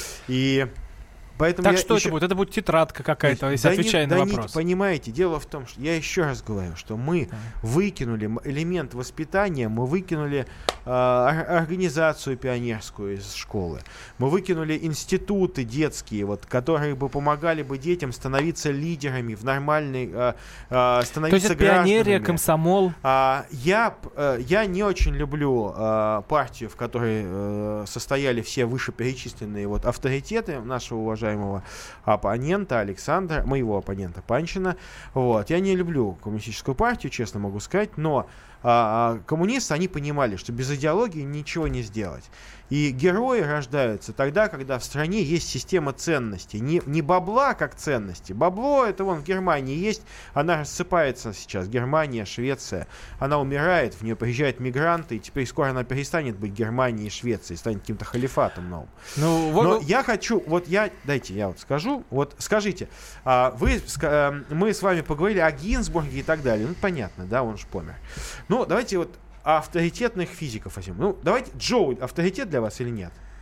И поэтому так я что еще... это будет? Это будет тетрадка какая-то, если да отвечая не, на да вопрос. Не, понимаете, дело в том, что я еще раз говорю, что мы да. выкинули элемент воспитания, мы выкинули э, организацию пионерскую из школы, мы выкинули институты детские, вот, которые бы помогали бы детям становиться лидерами в нормальной, э, э, становиться гражданами. То есть это пионерия, комсомол? А, я, э, я не очень люблю э, партию, в которой э, состояли все вышеперечисленные вот, авторитеты нашего уважаемого оппонента Александра, моего оппонента Панчина. Вот. Я не люблю коммунистическую партию, честно могу сказать, но а, коммунисты, они понимали, что без идеологии ничего не сделать. И герои рождаются тогда, когда в стране есть система ценностей. Не, не бабла как ценности. Бабло, это вон в Германии есть, она рассыпается сейчас. Германия, Швеция. Она умирает, в нее приезжают мигранты, и теперь скоро она перестанет быть Германией и Швецией, станет каким-то халифатом новым. Ну, вот... Но я хочу, вот я, дайте я вот скажу, вот скажите, вы, мы с вами поговорили о Гинзбурге и так далее. Ну, понятно, да, он же помер. Ну, давайте вот авторитетных физиков возьмем. Ну, давайте, Джоуль авторитет для вас или нет?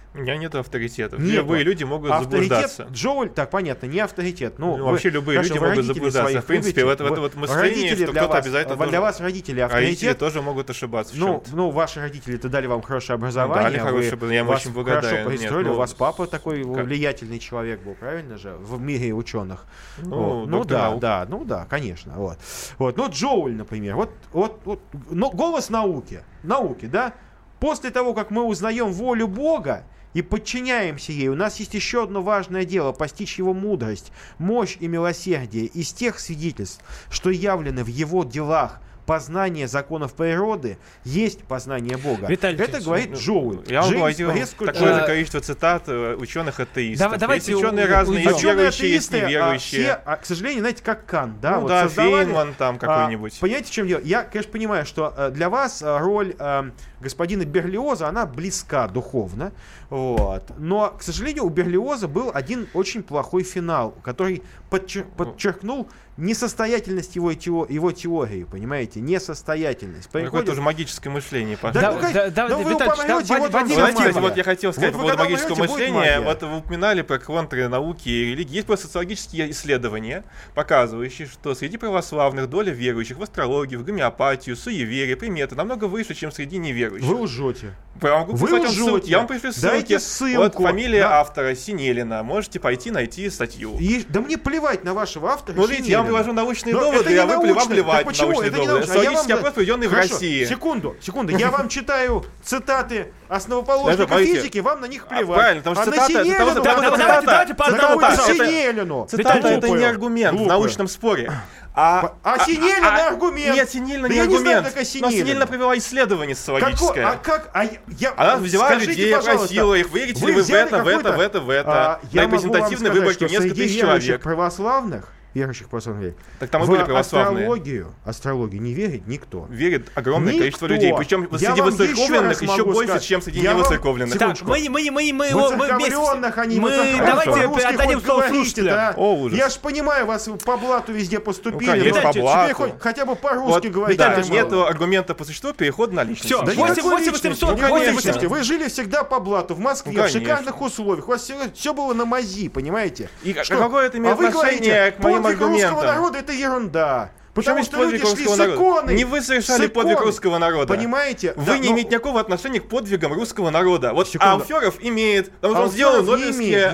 У меня нет авторитетов. Нет, любые люди могут авторитет, заблуждаться. Джоуль, так, понятно, не авторитет. Ну, ну, вы, вообще любые хорошо, люди могут заблуждаться. В принципе, любите, это, это вот мышление, что кто-то вас, обязательно для должен... вас родители авторитет. Родители тоже могут ошибаться в ну, чем-то. ну, ваши родители-то дали вам хорошее образование. Дали хорошее, вы, я им вас очень благодарен. хорошо пристроили, Нет, ну, у вас папа такой как? влиятельный человек был, правильно же, в мире ученых. Ну, вот. ну да, наук. да, ну да, конечно. Вот. Вот. Ну, Джоуль, например, вот, вот, вот ну, голос науки, науки, да, после того, как мы узнаем волю Бога, и подчиняемся ей. У нас есть еще одно важное дело — постичь его мудрость, мощь и милосердие из тех свидетельств, что явлены в его делах. Познание законов природы есть познание Бога. Виталий это говорит Джоуль. Я вам говорю, такое же а, количество цитат ученых-атеистов. Да, давайте есть ученые разные, есть верующие, есть неверующие. А, все, а, к сожалению, знаете, как Кант. Да, ну вот да, создавали, Фейнман там какой-нибудь. А, понимаете, в чем дело? Я, конечно, понимаю, что а, для вас а, роль а, господина Берлиоза, она близка духовно. Вот. Но, к сожалению, у Берлиоза был один очень плохой финал, который подчер- подчеркнул несостоятельность его, тео- его теории, понимаете? Несостоятельность. Приходит... Какое-то уже магическое мышление. Да, да, ну, да, да, да, вы упомянете, вот вам Знаете, вот я хотел сказать вот по поводу магического мышления. Вот вы упоминали про контры науки и религии. Есть просто социологические исследования, показывающие, что среди православных доля верующих в астрологию, в гомеопатию, суеверие, приметы намного выше, чем среди неверующих. Вы лжете. Я могу Вы вам лжете. ссылки. Я вам пришлю ссылки. Дайте ссылку. Вот фамилия да. автора Синелина. Можете пойти найти статью. И, да мне плевать на вашего автора. Ну, видите, я вам привожу научные Но доводы, а вы вам плевать на научные доводы. Социологический опрос, проведенный в России. Секунду, секунду. Я вам читаю цитаты основоположника физики, вам на них плевать. Правильно, потому что цитата... Давайте по одному. Синелину. Цитата — это не аргумент в научном споре. А, а, а Синельна а, аргумент. Нет, Синельна да не аргумент. Не знаю, но Синельна провела исследование социологическое. Какое? А как? А я, Она взяла скажите, людей, опросила их, верите ли вы в это, в это, в это, в это. А, на репрезентативной выборке в несколько тысяч человек. Православных, верующих православных, так там и были православные. Астрологию, астрологию не верит никто. Верит огромное никто. количество людей. Причем я среди воцерковленных еще, еще больше, сказать. чем среди я невоцерковленных. Так, мы, мы, мы, мы, воцерковленных, мы, они мы давайте отдадим слово слушателям. Да? О, ужас. Я ж понимаю, вас по блату везде поступили. Ну, конечно, по блату. Хоть, хотя бы по-русски вот, говорить. Да, нет аргумента по существу перехода на личность. Все, да восемь восемьсот, восемь восемьсот. Вы жили всегда по блату в Москве, ну, в шикарных условиях. У вас все, все было на мази, понимаете? И какое это имеет а вы отношение говорите, к моим аргументам? Русского народа это ерунда. Потому что люди шли с народа? иконой. Не вы совершали подвиг русского народа. Понимаете? Вы да, не но... имеете никакого отношения к подвигам русского народа. Вот Секунду. Алферов имеет, потому что Алферов он сделал Нобелевские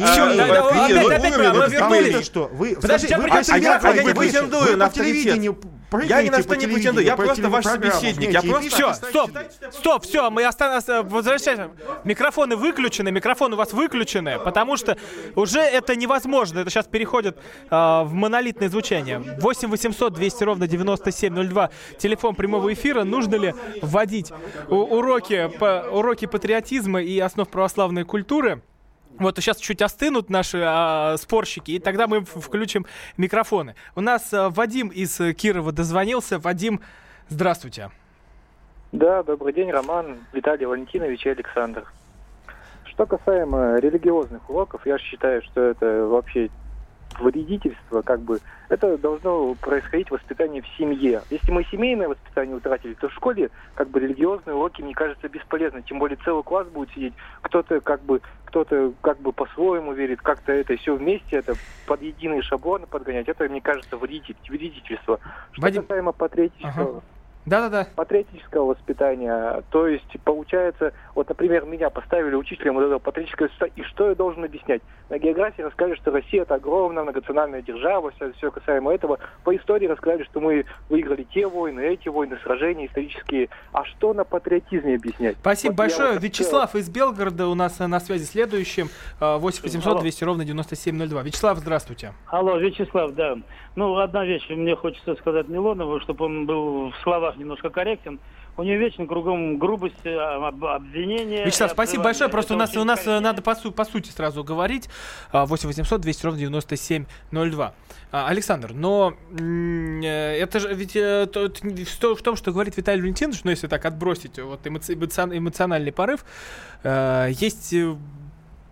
уровни. Что? Вы, Подожди, вы, а, а, я, а я не претендую на авторитет. Я ни на что не претендую, я просто ваш собеседник. Я просто... Все, стоп, стоп, все, мы останавливаемся, возвращаемся. Микрофоны выключены, микрофоны у вас выключены, потому что уже это невозможно. Это сейчас переходит э, в монолитное звучание. восемь восемьсот двести ровно девяносто семь ноль два. Телефон прямого эфира. Нужно ли вводить у- уроки, по, уроки патриотизма и основ православной культуры? Вот сейчас чуть остынут наши а, спорщики, и тогда мы в- включим микрофоны. У нас а, Вадим из Кирова дозвонился. Вадим, здравствуйте. Да, добрый день, Роман, Виталий Валентинович и Александр. Что касаемо религиозных уроков, я считаю, что это вообще вредительство, как бы, это должно происходить воспитание в семье. Если мы семейное воспитание утратили, то в школе, как бы, религиозные уроки, мне кажется, бесполезны. Тем более целый класс будет сидеть, кто-то, как бы, кто-то, как бы, по-своему верит, как-то это все вместе, это под единые шаблоны подгонять, это, мне кажется, вредитель, вредительство. Что Вадим... касаемо патриотического... Ага. Да-да-да. Патриотического воспитания. То есть, получается, вот, например, меня поставили учителем вот этого патриотического воспитания, и что я должен объяснять? На географии рассказали, что Россия — это огромная многонациональная держава, все, все касаемо этого. По истории рассказали, что мы выиграли те войны, эти войны, сражения исторические. А что на патриотизме объяснять? Спасибо вот большое. вот Вячеслав из Белгорода у нас на связи следующим. восемь восемьсот двести ровно девяносто семь ноль два. Вячеслав, здравствуйте. Алло, Вячеслав, да. Ну, одна вещь мне хочется сказать Милонову, чтобы он был в словах немножко корректен. У нее вечно кругом грубость, об, обвинения. Вячеслав, спасибо большое. Просто у нас, у нас надо по, су- по сути сразу говорить. восемь восемьсот двести ровно девяносто семь ноль два. Александр, но м- это же ведь э, то, в том, что говорит Виталий Валентинович, ну, если так отбросить вот эмоци- эмоциональный порыв, э, есть...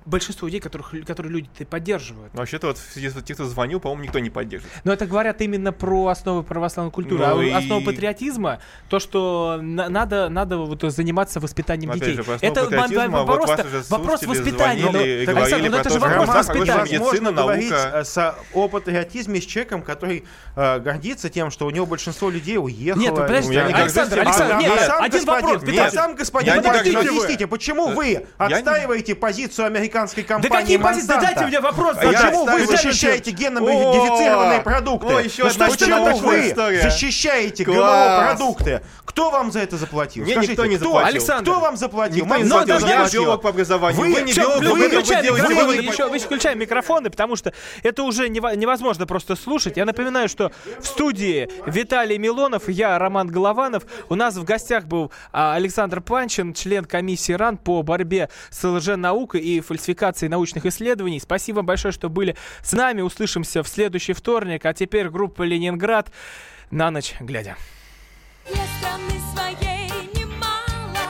большинство людей, которых, которые люди поддерживают. Но вообще-то вот если те, кто звонил, по-моему, никто не поддерживает. Но это говорят именно про основы православной культуры. Ну а и... основа патриотизма, то, что на- надо, надо вот заниматься воспитанием Но, детей. Опять же, это вопрос, вот вопрос воспитания. Ну, Александр, ну это же вопрос воспитания. Можно говорить наука. с, о патриотизме с человеком, который э, гордится тем, что у него большинство людей уехало. Нет, вы подождите, Александр, Александр, а, нет, а сам один господин, вопрос. нет, а сам господин, подождите, объясните, почему Я вы не... отстаиваете позицию американской компании Да какие позиции? Monsanto? Дайте мне вопрос. Почему задать. вы защищаете генно-модифицированные продукты? О, еще одна Почему вы история. защищаете Класс. ГМО-продукты? Кто вам за это заплатил? Мне Скажите, никто не кто? заплатил. Александр, Кто вам заплатил? Никто не Monsanto заплатил. Я заплатил. биолог по образованию. Вы- Вы не Всё, биолог, вы вы, вы выключаем делаете микрофоны, выводы. еще, выключаем микрофоны, потому что это уже нево- невозможно просто слушать. Я напоминаю, что в студии Виталий Милонов, я Роман Голованов. У нас в гостях был а, Александр Панчин, член комиссии РАН по борьбе с лженаукой и фальсификацией научных исследований. Спасибо большое, что были с нами. Услышимся в следующий вторник. А теперь группа «Ленинград» на ночь глядя. Для страны своей немало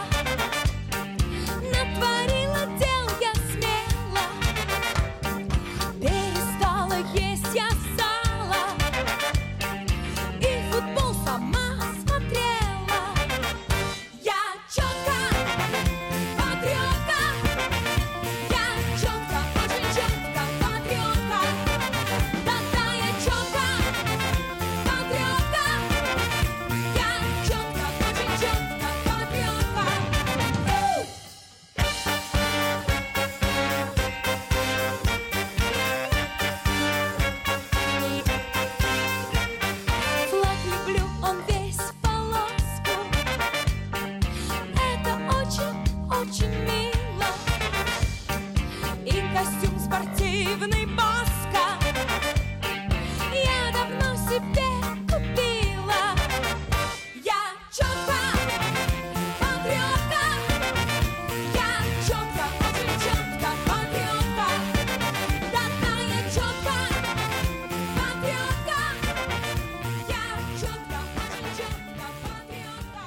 натворила дел я смело, перестала есть я сало и футбол сама смотрела. Я чётко патриотка, я чётко, очень чётко патриотка. Да-да, я чётко патриотка. Я чётко, очень чётко патриотка. Флаг люблю, он весь в полоску. Это очень-очень мило. И костюм спортивный Баска я давно себе купила. Я чётко патриотка. Я чётко, очень чётко патриотка. Да-да, я чётко патриотка. Я чётко, очень чётко патриотка.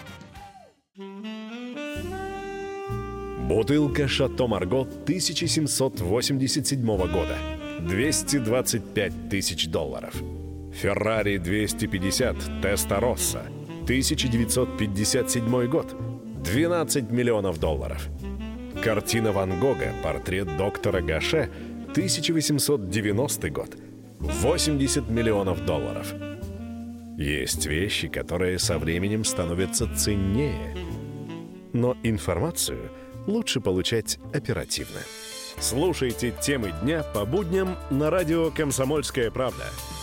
Бутылка «Шато Марго» тысяча семьсот восемьдесят седьмого года. двести двадцать пять тысяч долларов. Феррари двести пятьдесят Теста-Росса. тысяча девятьсот пятьдесят седьмой год. двенадцать миллионов долларов. Картина Ван Гога «Портрет доктора Гаше». тысяча восемьсот девяностый год. восемьдесят миллионов долларов. Есть вещи, которые со временем становятся ценнее. Но информацию лучше получать оперативно. Слушайте темы дня по будням на радио «Комсомольская правда».